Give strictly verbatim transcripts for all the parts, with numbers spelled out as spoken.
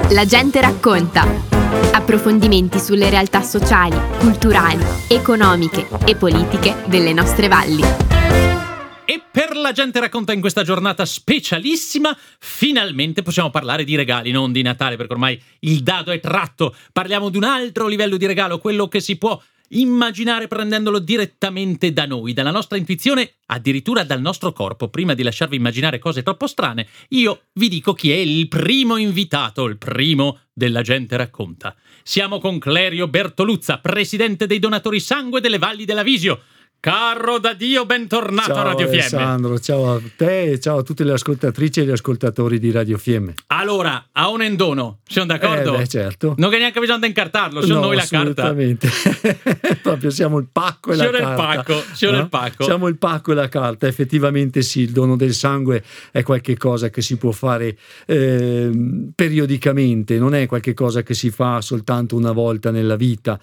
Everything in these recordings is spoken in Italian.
La gente racconta. Approfondimenti sulle realtà sociali, culturali, economiche e politiche delle nostre valli. E per La gente racconta in questa giornata specialissima, finalmente possiamo parlare di regali, non di Natale, perché ormai il dado è tratto. Parliamo di un altro livello di regalo, quello che si può immaginare prendendolo direttamente da noi, dalla nostra intuizione, addirittura dal nostro corpo. Prima di lasciarvi immaginare cose troppo strane, io vi dico chi è il primo invitato, il primo della gente racconta. Siamo con Clerio Bertoluzza, presidente dei donatori sangue delle Valli dell'Avisio. Caro da Dio, bentornato ciao, a Radio F M. Alessandro, ciao a te e ciao a tutte le ascoltatrici e gli ascoltatori di Radio F M. Allora, a un endono, siamo d'accordo? Eh beh, certo. Non che neanche bisogna incartarlo, siamo no, noi la carta. Assolutamente. Proprio siamo il pacco e siamo la il carta. Pacco, siamo no? il pacco. Siamo il pacco e la carta. Effettivamente sì, il dono del sangue è qualche cosa che si può fare eh, periodicamente, non è qualche cosa che si fa soltanto una volta nella vita.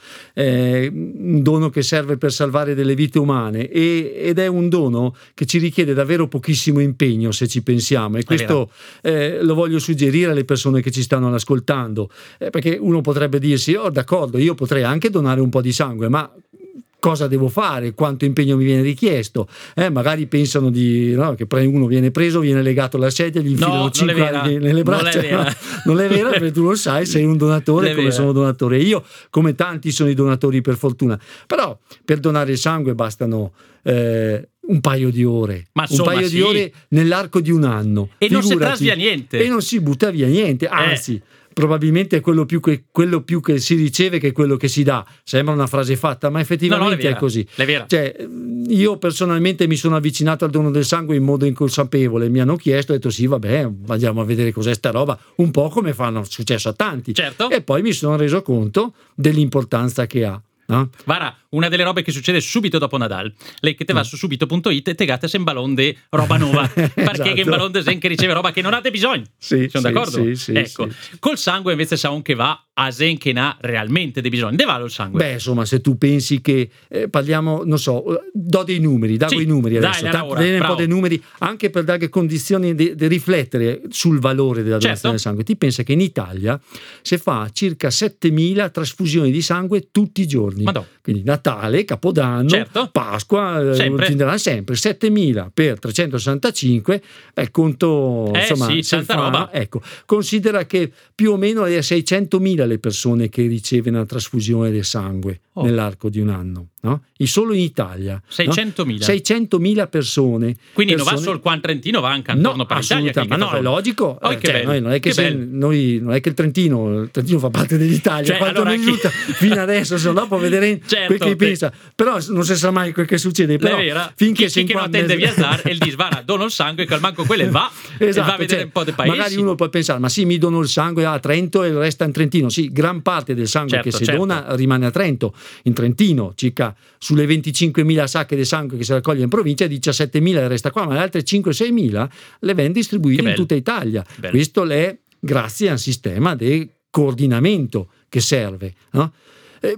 È un dono che serve per salvare delle vite umane e ed è un dono che ci richiede davvero pochissimo impegno, se ci pensiamo, e questo eh, lo voglio suggerire alle persone che ci stanno ascoltando, eh, perché uno potrebbe dirsi: oh, d'accordo, io potrei anche donare un po' di sangue, ma cosa devo fare? Quanto impegno mi viene richiesto? Eh, magari pensano di no, che uno viene preso, viene legato alla sedia, gli infilano no, cinque anni nelle braccia. Non è vera, non è vera perché tu lo sai, sei un donatore come vera. Sono donatore. Io, come tanti, sono i donatori per fortuna. Però per donare il sangue bastano eh, un paio di ore, Ma insomma, un paio sì. di ore nell'arco di un anno. E Figurati, non si trasvia niente. E non si butta via niente, anzi. Eh. Probabilmente è quello più, che, quello più che si riceve che quello che si dà. Sembra una frase fatta, ma effettivamente no, no, è, è così. È vera. Cioè, io personalmente mi sono avvicinato al dono del sangue in modo inconsapevole. Mi hanno chiesto, ho detto sì, vabbè, andiamo a vedere cos'è sta roba, un po' come fanno successo a tanti. Certo. E poi mi sono reso conto dell'importanza che ha. No? Vara, una delle robe che succede subito dopo Nadal, lei che te va su subito punto it e te gatta se in balon de roba nuova perché esatto. che in balon de sen che riceve roba che non avete bisogno. Sì, sono sì, d'accordo? Sì, sì, ecco, sì. Col sangue invece sa un che va a sen che n'ha realmente dei bisogni. De vale il sangue? Beh, insomma, se tu pensi che eh, parliamo, non so, do dei numeri, dago sì, i numeri adesso, dai, tanto ora, un po' dei numeri anche per dare condizioni di, di riflettere sul valore della donazione certo. del sangue. Ti pensa che in Italia si fa circa settemila trasfusioni di sangue tutti i giorni. Madonna. Quindi Natale, Capodanno, certo. Pasqua, sempre, eh, sempre settemila per trecentosessantacinque, è conto, eh, insomma, sì, tanta fa, roba. Ecco, considera che più o meno è seicentomila le persone che ricevono una trasfusione del sangue oh. nell'arco di un anno, no? E solo in Italia seicentomila no? seicentomila persone. Quindi persone... non va solo qua in Trentino, va anche intorno no, per l'Italia. Ma no, è logico. Oh, eh, cioè, noi non è che, che se, noi, non è che il Trentino, il Trentino fa parte dell'Italia, cioè, quanto allora, mi risulta chi... fino adesso, se dopo vedremo certo, quel che pensa. Però non si sa mai quel che succede. Però, vera. finché chi, chi che non attende via Zar e il dice va, dono il sangue, che al manco quelle va esatto, e va a vedere cioè, un po' dei paesi. Magari uno può pensare, ma sì, mi dono il sangue a Trento e resta in Trentino. Sì, gran parte del sangue certo, che si certo. dona rimane a Trento. In Trentino, circa sulle venticinquemila sacche di sangue che si raccoglie in provincia, diciassettemila resta qua, ma le altre cinque seimila le vengono distribuite in tutta Italia. Bello. Questo è grazie a un sistema di coordinamento che serve, no? Eh,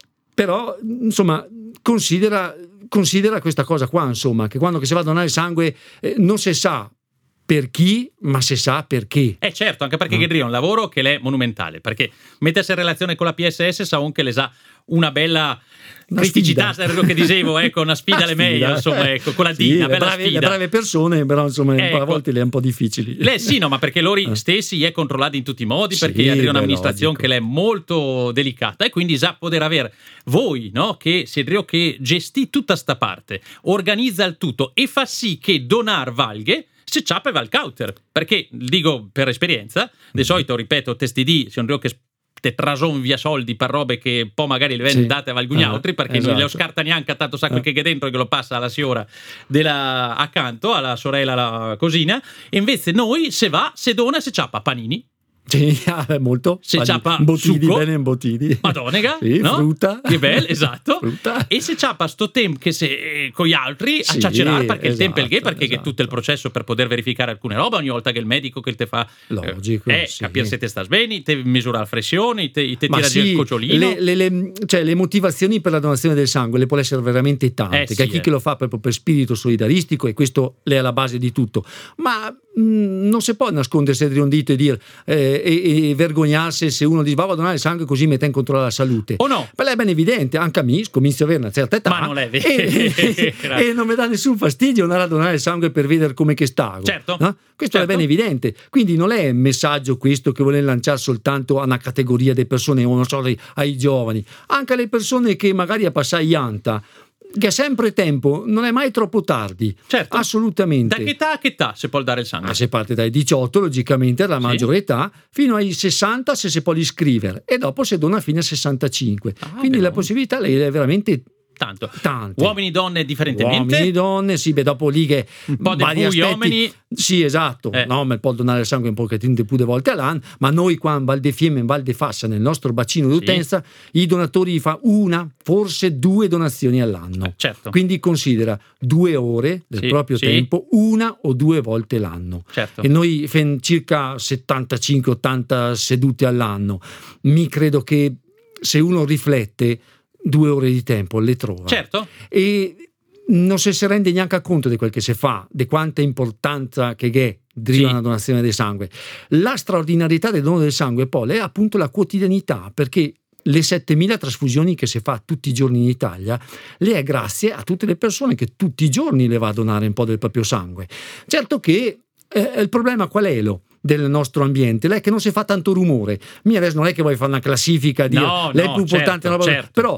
però, insomma, considera, considera questa cosa qua, insomma, che quando che si va a donare sangue eh, non si sa per chi, ma si sa perché. Eh certo, anche perché no. Che è un lavoro che è monumentale, perché mettersi in relazione con la P S S sa anche le sa una bella una criticità, è quello che dicevo, ecco, una sfida alle meglio, insomma, ecco, con la D, sì, una bella brave, sfida. Le brave persone, però insomma, ecco. a volte le è un po' difficili. Lei sì, no, ma perché loro stessi è controllati in tutti i modi, sì, perché arriva un'amministrazione logico. che è molto delicata e quindi sa poter avere voi, no, che siete che gestì tutta sta parte, organizza il tutto e fa sì che donar valghe se ciappa e va al cauter, perché dico per esperienza, di solito ripeto testi di sono che te trason via soldi per robe che poi magari le vendate sì. a alcuni ah, altri perché esatto. non le scarta neanche a tanto sacco ah. che è dentro che lo passa alla signora della accanto, alla sorella, la cosina, e invece noi se va, se dona, se ciappa panini. Sì, molto. Se ciappa imbottiti, succo, bene imbottiti. Madonnega, sì, no? frutta. Che bello, esatto. Frutta. E se ciappa sto tempo che se eh, con gli altri sì, a ciacerare perché esatto, il tempo è il che, perché esatto. che tutto il processo per poter verificare alcune robe ogni volta che il medico che te fa logico eh, sì. capire se te sta bene, te misura la pressione, te, te tira sì, giù il cocciolino. Le, le, le, cioè, le motivazioni per la donazione del sangue le può essere veramente tante, eh, che sì, chi eh. che lo fa proprio per spirito solidaristico, e questo è alla base di tutto, ma mh, non si può nascondersi dietro un dito e dire eh, e, e vergognarsi se uno dice va a donare il sangue così mette in controllo la salute. O no? Ma è ben evidente, anche a me comincio ad avere una certa età, Ma non è vero. e, e non mi dà nessun fastidio andare a donare il sangue per vedere come che stago. Certo, no? Questo certo. è ben evidente, quindi non è un messaggio questo che vuole lanciare soltanto a una categoria di persone, o non so, ai giovani, anche alle persone che magari a passare Ianta, che è sempre tempo, non è mai troppo tardi. Certo. Assolutamente. Da che età a che età si può dare il sangue? Ah, si parte dai diciotto, logicamente, la Sì. maggiore età, fino ai sessanta se si può iscrivere, e dopo si dona fino a sessantacinque. Ah, Quindi beh, la possibilità lei è veramente Tanto. tante. Uomini, donne differentemente? Uomini, donne, sì, beh, dopo lì che Un po' di vari più gli aspetti- uomini. Sì, esatto, Eh. no, ma può donare il sangue un pochettino di più di volte all'anno, ma noi qua in Val di Fiemme, in Val di Fassa, nel nostro bacino d'utenza, i donatori fa una, forse due donazioni all'anno. Eh, certo. Quindi considera due ore del Sì, proprio sì. tempo, una o due volte l'anno. Certo. E noi fan circa settantacinque ottanta sedute all'anno. Mi credo che se uno riflette, due ore di tempo le trova. Certo. E non si si rende neanche conto di quel che si fa, di quanta importanza che è deriva Sì. una donazione del sangue. La straordinarietà del dono del sangue poi è appunto la quotidianità, perché le settemila trasfusioni che si fa tutti i giorni in Italia le è grazie a tutte le persone che tutti i giorni le va a donare un po' del proprio sangue. Certo che eh, il problema qual è lo? Del nostro ambiente, lei che non si fa tanto rumore. Mi adesso non è che vuoi fare una classifica di No, lei è no, più importante, certo, una roba- certo. però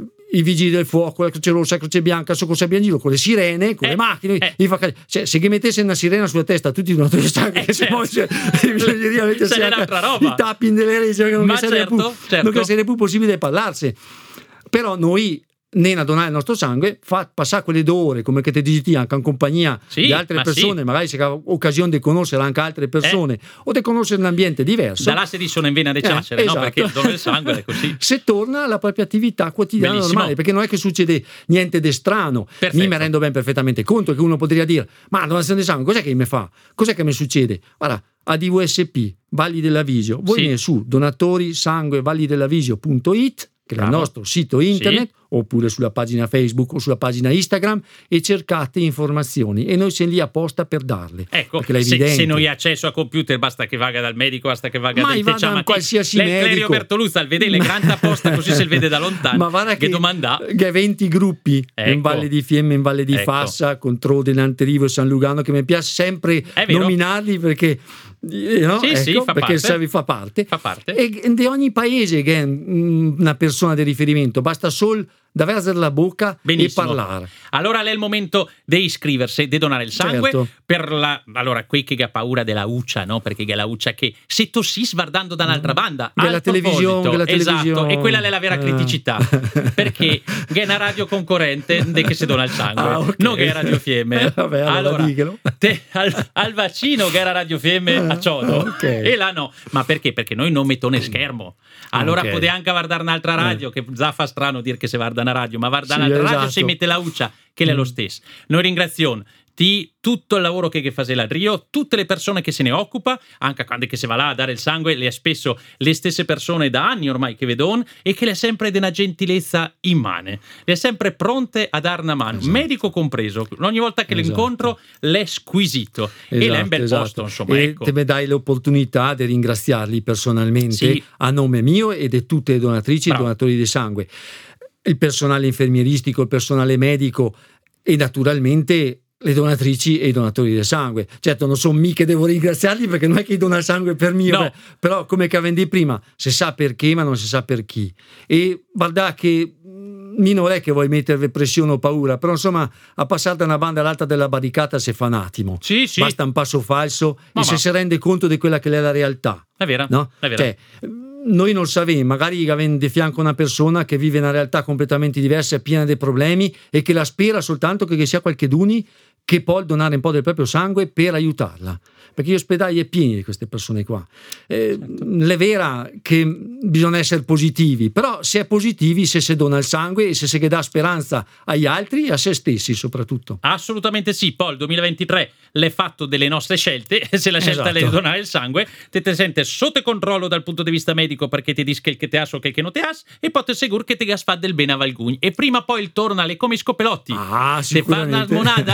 i vigili del fuoco, la Croce Rossa, la Croce Bianca, il Soccorso Biangiro, con le sirene, con Eh, le macchine, eh. gli fa ca- cioè, se gli mettesse una sirena sulla testa a tutti i donatori di sangue, Eh, che se certo. poi se- bisogneria mettersi Sarebbe anche un'altra roba. i tappi nelle rese, che non Ma che sarebbe certo, più, certo. non che sarebbe più possibile parlarsi. Però noi nel donare il nostro sangue fa passare quelle due ore come che ti dici anche in compagnia Sì, di altre ma persone, sì. magari si ha occasione di conoscere anche altre persone o di conoscere un ambiente diverso. Dall'asse di sono in vena di ciacere, Eh, no? esatto. Perché il dono del sangue è così. Se torna alla propria attività quotidiana Bellissimo. normale, perché non è che succede niente di strano. Perfetto. Mi mi rendo ben perfettamente conto che uno potrebbe dire: ma la donazione di sangue cos'è che mi fa? Cos'è che mi succede? Guarda, a D V S P Valli dell'Avisio, voi Sì. viene su donatori sangue valli dell'avisio punto it, che è il Bravo. nostro sito internet, oppure sulla pagina Facebook o sulla pagina Instagram, e cercate informazioni e noi siamo lì apposta per darle. Ecco, perché è se, evidente. se non hai accesso a computer basta che vada dal medico, basta che vada Ma dal vada Te un qualsiasi Le- Clerio medico. Bertoluzza, il vede le grandi apposta così se il vede da lontano. Ma guarda che, che, domanda? che venti gruppi Ecco. in Valle di Fiemme, in Valle di Ecco. Fassa, con Trode, Anterivo e San Lugano, che mi piace sempre È vero. nominarli perché, eh, no? Sì, Ecco, sì, fa perché parte. serve- fa parte. Fa parte. E di ogni paese che è mm, una persona di riferimento, basta solo da vergere la bocca Benissimo. e parlare. Allora è il momento di iscriversi, di donare il sangue. Certo. Per la, allora, qui che ha paura della uccia, no? Perché è la uccia che se tossis guardando da un'altra banda, Che al la televisione, proposito, che la esatto, televisione. e quella è la vera Eh. criticità, perché è una radio concorrente de che si dona il sangue, Ah, ok. non che è Radio Fiemme. Eh, vabbè, allora diglielo. te, al, al vaccino che era Radio Fiemme a Ciodo, Ok. e là no, ma perché? Perché noi non mettone schermo. Allora Ok. potete anche guardare un'altra radio, che già fa strano dire che si guarda una radio, ma guarda Sì, un'altra radio esatto. si mette la uccia, che è lo stesso. Noi ringraziamo ti tutto il lavoro che, che fa la Rio, tutte le persone che se ne occupa, anche quando che si va là a dare il sangue, le è spesso le stesse persone da anni ormai che vedono, e che le è sempre di una gentilezza immane, le è sempre pronte a dare una mano, Esatto. medico compreso. Ogni volta che Esatto. l'incontro l'è squisito e l'è Esatto, un bel esatto. posto, insomma, E ecco. te mi dai l'opportunità di ringraziarli personalmente, Sì. a nome mio e di tutte le donatrici e Bravo. donatori di sangue, il personale infermieristico, il personale medico e naturalmente le donatrici e i donatori del sangue. Certo, non sono mica devo ringraziarli, perché non è che dona il sangue per mio, No. beh, però come che avendi prima, si sa perché ma non si sa per chi. E guarda che mm, mi non è che vuoi mettere pressione o paura, però insomma a passare da una banda all'altra della barricata si fa un attimo. Sì, sì, Basta un passo falso Ma e se va. si rende conto di quella che è la realtà, è vero, no? è vero. Cioè, noi non sappiamo, magari avendo di fianco una persona che vive una realtà completamente diversa, piena di problemi, e che la spera soltanto che ci sia qualche duni che può donare un po' del proprio sangue per aiutarla, perché gli ospedali è pieni di queste persone qua. Eh, Certo. È vera che bisogna essere positivi, però se è positivi se si dona il sangue e se si dà speranza agli altri e a se stessi soprattutto. Assolutamente sì. Poi il duemilaventitré l'è fatto delle nostre scelte, se la scelta Esatto. è di donare il sangue, te te sente sotto controllo dal punto di vista medico, perché ti dice che te has o che non te has, e poi ti assicuro che ti has fa del bene a Valgugni, e prima o poi il torna alle come scopelotti. Ah, Se fa una sicuramente. monada,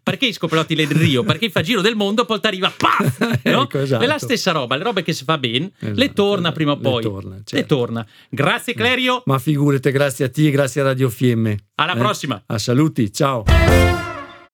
perché i scopilotti del Rio? Perché fa giro del mondo, poi ti arriva, paf, no? Ecco, esatto. È la stessa roba, le robe che si fa bene, Esatto, le torna esatto. prima o Le poi. torna, Le certo. torna. Grazie Clerio, Ma figurate, grazie a te e grazie a Radio Fiemme. alla Eh? prossima. A saluti, ciao.